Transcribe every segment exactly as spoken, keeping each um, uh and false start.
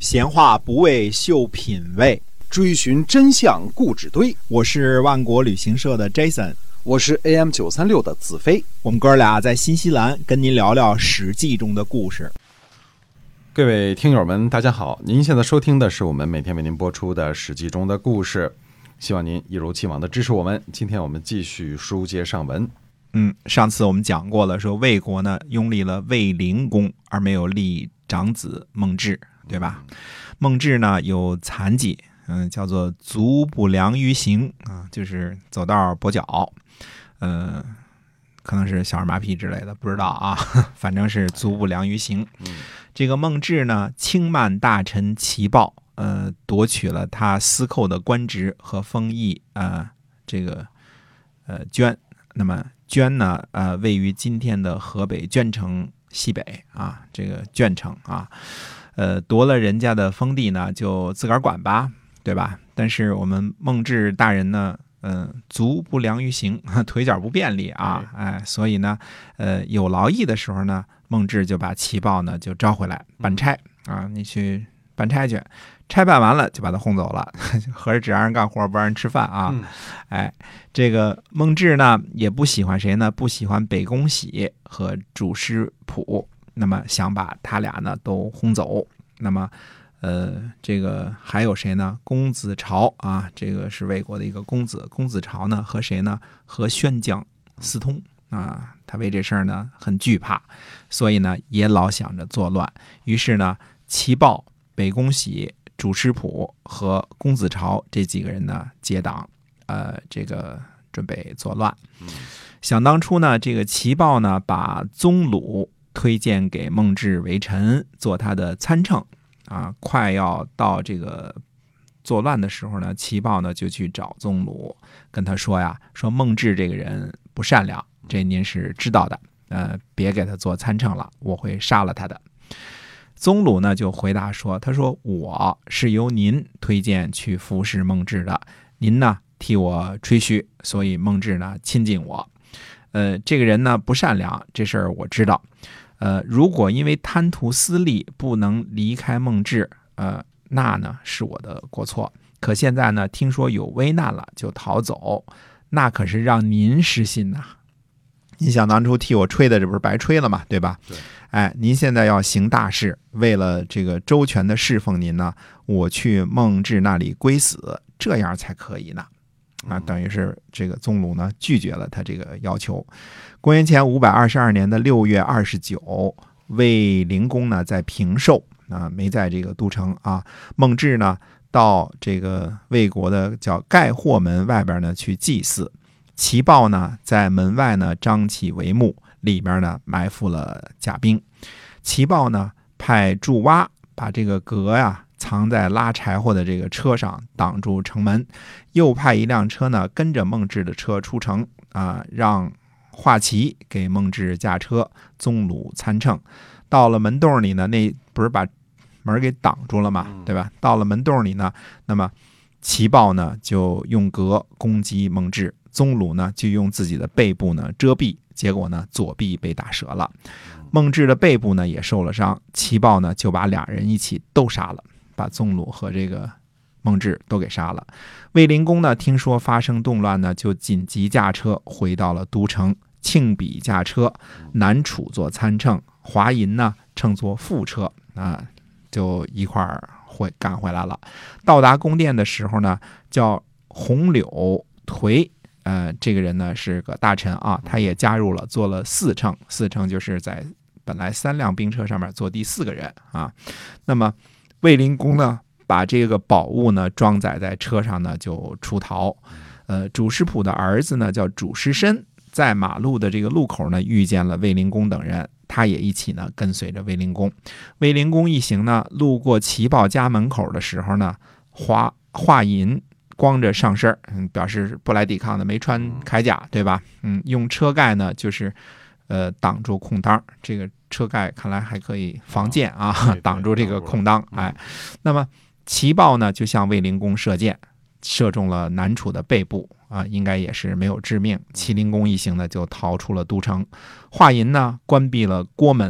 闲话不为秀品味， 追寻真相故纸堆。 我是万国旅行社的 Jason， 我是 A M 九三六 的子飞。 我们哥俩在新西兰跟您聊聊史记中的故事。 各位听友们大家好，您现在收听的是我们每天为您播出的史记中的故事，希望您一如既往的支持我们。今天我们继续书接上文。 嗯，上次我们讲过了，说魏国呢拥立了卫灵公，而没有立长子孟志，对吧？孟志呢有残疾，嗯，叫做足不良于行啊，就是走道跛脚，嗯、呃，可能是小儿麻痹之类的，不知道啊，反正是足不良于行。这个孟志呢，轻慢大臣齐豹，呃，夺取了他司寇的官职和封邑，呃，这个呃捐。那么捐呢，呃，位于今天的河北捐城西北啊，这个捐城啊，呃，夺了人家的封地呢，就自个儿管吧，对吧？但是我们孟志大人呢，嗯、呃，足不良于行，腿脚不便利啊，哎，所以呢，呃，有劳役的时候呢，孟志就把齐豹呢就招回来办差啊，你去办差去。差办完了就把他轰走了，合着只让人干活不让人吃饭啊！嗯、哎，这个孟志呢也不喜欢谁呢？不喜欢北宫喜和主师仆，那么想把他俩呢都轰走。那么，呃，这个还有谁呢？公子朝啊，这个是魏国的一个公子。公子朝呢和谁呢？和宣将私通啊，他为这事儿呢很惧怕，所以呢也老想着作乱。于是呢，齐豹、北宫喜、主师仆和公子朝这几个人呢结党，呃，这个准备作乱。想当初呢，这个齐豹呢把宗鲁推荐给孟志为臣，做他的参乘啊。快要到这个作乱的时候呢，齐豹呢就去找宗鲁，跟他说呀，说孟志这个人不善良，这您是知道的，呃，别给他做参乘了，我会杀了他的。宗鲁呢就回答说，他说我是由您推荐去服侍孟志的，您呢替我吹嘘，所以孟志呢亲近我。呃，这个人呢不善良，这事儿我知道。呃，如果因为贪图私利不能离开孟志，呃，那呢是我的过错。可现在呢听说有危难了就逃走，那可是让您失信呐。你想当初替我吹的，这不是白吹了吗？对吧？对。哎，您现在要行大事，为了这个周全的侍奉您呢，我去孟志那里归死，这样才可以呢。啊，等于是这个宗鲁呢拒绝了他这个要求。公元前五百二十二年的六月二十九，卫灵公呢在平寿啊，没在这个都城啊。孟志呢到这个魏国的叫盖霍门外边呢去祭祀。齐豹呢在门外呢张起帷幕，里面呢埋伏了甲兵。齐豹呢派祝蛙把这个革呀藏在拉柴火的这个车上，挡住城门，又派一辆车呢跟着孟志的车出城啊，让华齐给孟志驾车，宗鲁参乘。到了门洞里呢，那不是把门给挡住了吗？对吧？到了门洞里呢，那么齐豹呢就用革攻击孟志，宗鲁呢就用自己的背部呢遮蔽，结果呢左臂被打折了，孟志的背部呢也受了伤，齐豹呢就把俩人一起都杀了，把宗鲁和这个孟志都给杀了。卫灵公呢听说发生动乱呢，就紧急驾车回到了都城，庆比驾车，南楚做参乘，华银呢乘坐副车啊，就一块儿回赶回来了。到达宫殿的时候呢，叫红柳颓，呃，这个人呢是个大臣啊，他也加入了，做了四乘，四乘就是在本来三辆兵车上面坐第四个人啊。那么卫灵公呢，把这个宝物呢装载在车上呢，就出逃。呃，主师仆的儿子呢叫主师申，在马路的这个路口呢遇见了卫灵公等人，他也一起呢跟随着卫灵公。卫灵公一行呢路过齐豹家门口的时候呢，华华银光着上身，嗯，表示不来抵抗的，没穿铠甲，对吧？嗯，用车盖呢就是呃挡住空当，这个车盖看来还可以防箭啊，挡住这个空当。哎，那么齐豹呢就向卫灵公射箭，射中了南楚的背部啊，应该也是没有致命。齐灵公一行呢就逃出了都城。华银呢关闭了郭门，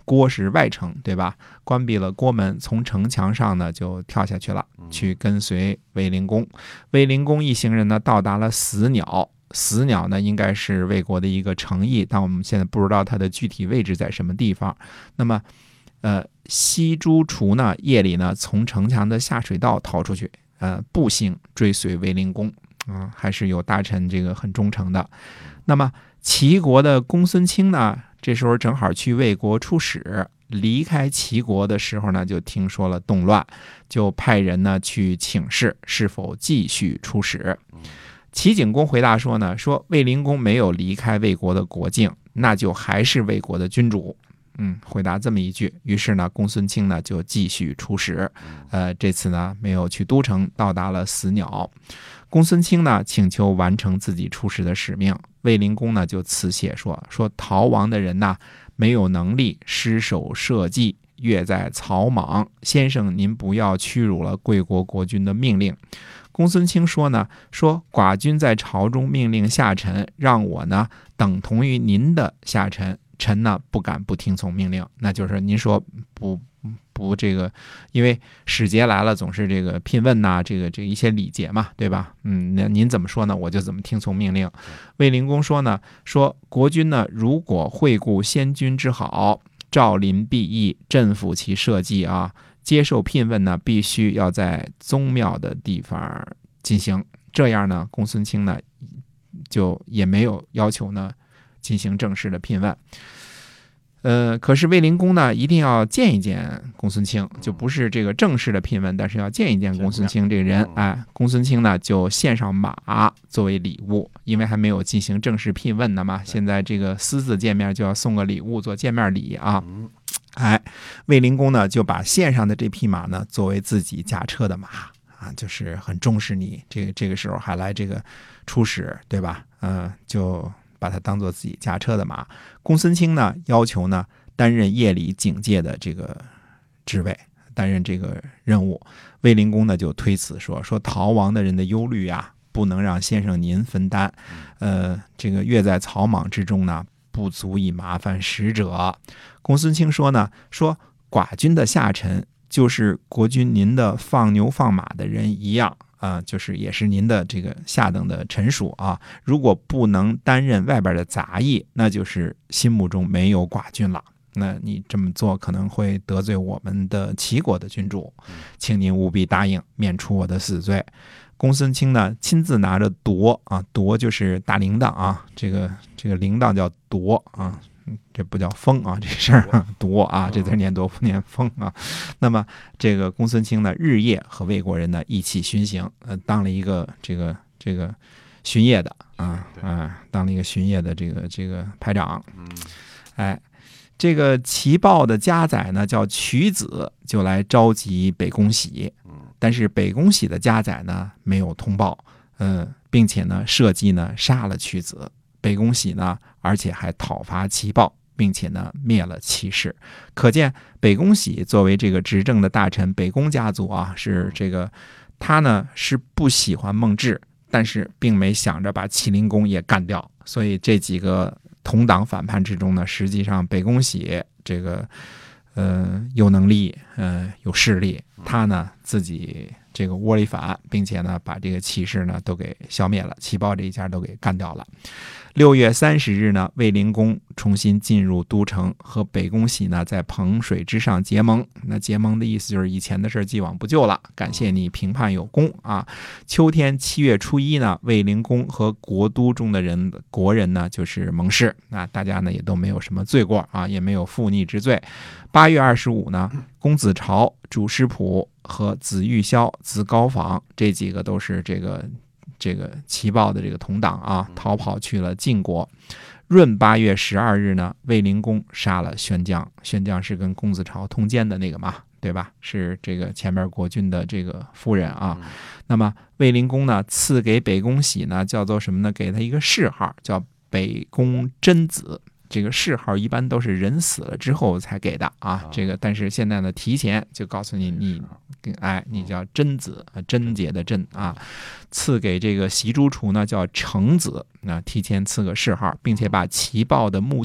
郭是外城，对吧？关闭了郭门，从城墙上呢就跳下去了，去跟随卫灵公。卫灵公一行人呢到达了死鸟。死鸟呢，应该是魏国的一个城邑，但我们现在不知道它的具体位置在什么地方。那么，呃，西朱楚呢，夜里呢从城墙的下水道逃出去，呃，步行追随卫灵公，啊、呃，还是有大臣这个很忠诚的。那么，齐国的公孙卿呢，这时候正好去魏国出使，离开齐国的时候呢，就听说了动乱，就派人呢去请示是否继续出使。齐景公回答说呢，说卫灵公没有离开魏国的国境，那就还是魏国的君主。嗯，回答这么一句，于是呢，公孙卿呢就继续出使，呃，这次呢没有去都城，到达了死鸟。公孙卿呢请求完成自己出使的使命，卫灵公呢就辞谢说，说逃亡的人呢没有能力，失守社稷，跃在草莽，先生您不要屈辱了贵国国君的命令。公孙卿说呢，说寡君在朝中命令下臣，让我呢等同于您的下臣，臣呢不敢不听从命令。那就是您说不不这个，因为使节来了总是这个聘问呐、啊，这个这一些礼节嘛，对吧？嗯，那您怎么说呢？我就怎么听从命令。卫灵公说呢，说国君呢如果惠顾先君之好，照临必义，镇抚其社稷啊。接受聘问呢，必须要在宗庙的地方进行。这样呢，公孙卿呢就也没有要求呢进行正式的聘问。呃，可是卫灵公呢一定要见一见公孙卿，就不是这个正式的聘问，但是要见一见公孙卿这个人。哎，公孙卿呢就献上马作为礼物，因为还没有进行正式聘问呢嘛。现在这个私自见面就要送个礼物做见面礼啊。哎，卫灵公呢就把献上的这匹马呢作为自己驾车的马啊，就是很重视你，这个这个时候还来这个出使，对吧？嗯、呃，就把它当做自己驾车的马。公孙卿呢要求呢担任夜里警戒的这个职位，担任这个任务。卫灵公呢就推辞说，说逃亡的人的忧虑啊，不能让先生您分担。呃，这个跃在草莽之中呢，不足以麻烦使者。公孙卿说呢，说寡君的下臣就是国君您的放牛放马的人一样啊、呃，就是也是您的这个下等的臣属啊。如果不能担任外边的杂役，那就是心目中没有寡君了。那你这么做可能会得罪我们的齐国的君主，请您务必答应，免除我的死罪。公孙卿呢亲自拿着铎啊，铎就是大铃铛啊，这个这个铃铛叫铎啊。这不叫风啊，这事儿铎啊，这字念铎不念风啊。那么这个公孙卿呢，日夜和魏国人呢一起巡行，呃，当了一个这个这个巡夜的啊啊，当了一个巡夜的这个这个排长。哎，这个齐豹的家宰呢叫渠子，就来召集北宫喜，但是北宫喜的家宰呢没有通报，嗯、呃，并且呢设计呢杀了渠子。北宫喜呢，而且还讨伐齐豹，并且呢灭了齐氏。可见北宫喜作为这个执政的大臣，北宫家族啊，是这个他呢是不喜欢孟志，但是并没想着把齐灵公也干掉。所以这几个同党反叛之中呢，实际上北宫喜这个呃有能力，呃有势力，他呢自己这个窝里反，并且呢把这个齐氏呢都给消灭了，齐豹这一家都给干掉了。六月三十日呢，卫灵公重新进入都城，和北宫喜呢在彭水之上结盟。那结盟的意思就是以前的事既往不咎了，感谢你评判有功啊。秋天七月初一呢，卫灵公和国都中的人国人呢就是盟誓，那大家呢也都没有什么罪过啊，也没有负逆之罪。八月二十五呢，公子朝、主师仆和子玉霄、子高坊这几个都是这个。这个齐豹的这个同党啊，逃跑去了晋国。闰八月十二日呢，卫灵公杀了宣将。宣将是跟公子朝通奸的那个嘛，对吧？是这个前面国君的这个夫人啊。那么卫灵公呢，赐给北宫喜呢，叫做什么呢？给他一个谥号，叫北宫真子。这个谥号一般都是人死了之后才给的啊，这个但是现在呢，提前就告诉你，你哎，你叫贞子，贞洁的贞啊。赐给这个习朱楚呢叫成子，那提前赐个谥号，并且把齐豹的墓地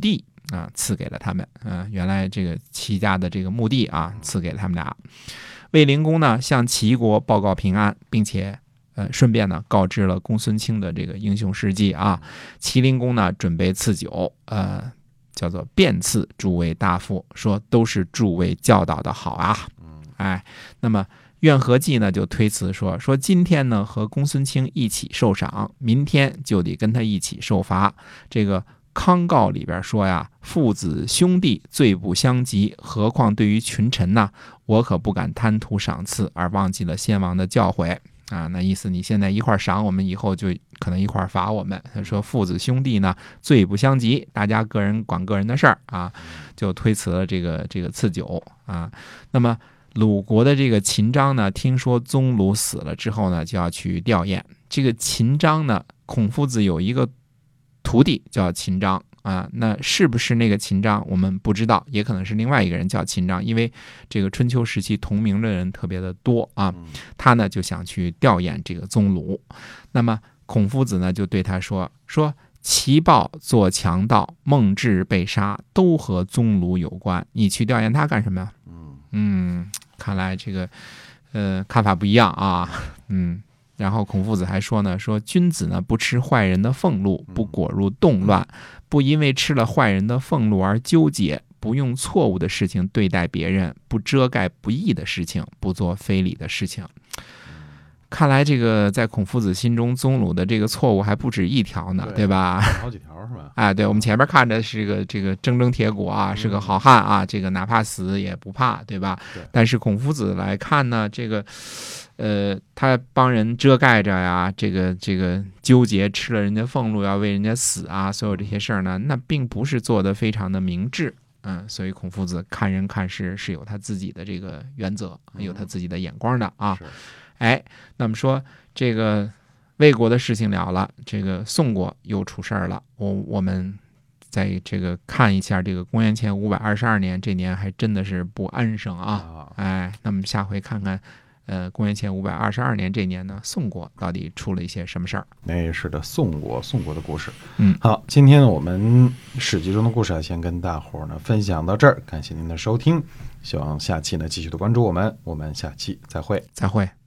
啊，赐给了他们。啊，原来这个齐家的这个墓地啊，赐给了他们俩。卫灵公呢向齐国报告平安，并且呃顺便呢告知了公孙卿的这个英雄事迹啊。齐灵公呢准备赐酒，呃叫做遍赐诸位大夫，说都是诸位教导的好啊。哎，那么苑和忌呢就推辞说说今天呢和公孙卿一起受赏，明天就得跟他一起受罚。这个康诰里边说呀，父子兄弟罪不相及，何况对于群臣呢？我可不敢贪图赏赐而忘记了先王的教诲啊。那意思你现在一块赏我们，以后就可能一块罚我们。他说父子兄弟呢罪不相及，大家个人管个人的事儿啊，就推辞了这个这个赐酒啊。那么鲁国的这个秦章呢，听说宗鲁死了之后呢，就要去吊唁。这个秦章呢，孔夫子有一个徒弟叫秦章啊，那是不是那个秦章我们不知道，也可能是另外一个人叫秦章，因为这个春秋时期同名的人特别的多啊。他呢就想去吊唁这个宗鲁，那么孔夫子呢就对他说说齐豹做强盗，孟志被杀，都和宗鲁有关，你去吊唁他干什么呀？嗯，看来这个呃看法不一样啊。嗯。然后孔夫子还说呢，说君子呢不吃坏人的俸禄，不裹入动乱，不因为吃了坏人的俸禄而纠结，不用错误的事情对待别人，不遮盖不义的事情，不做非礼的事情。看来这个在孔夫子心中，宗鲁的这个错误还不止一条呢， 对, 对吧？ 好几条是吧？ 哎，对，我们前面看着是个这个铮铮铁骨啊，是个好汉啊，这个哪怕死也不怕，对吧？ 对。 但是孔夫子来看呢，这个，呃，他帮人遮盖着呀，这个这个纠结吃了人家俸禄要为人家死啊，所有这些事儿呢，那并不是做得非常的明智。嗯，所以孔夫子看人看事是有他自己的这个原则，有他自己的眼光的啊。哎，那么说这个魏国的事情了了，这个宋国又出事儿了。我我们在这个看一下这个公元前五百二十二年，这年还真的是不安生啊。哎，那么下回看看，呃，公元前五百二十二年这年呢，宋国到底出了一些什么事儿？ 那是的，宋国，宋国的故事。 嗯， 好，今天我们史记中的故事啊，先跟大伙儿呢分享到这儿，感谢您的收听，希望下期呢继续的关注我们，我们下期再会， 再会。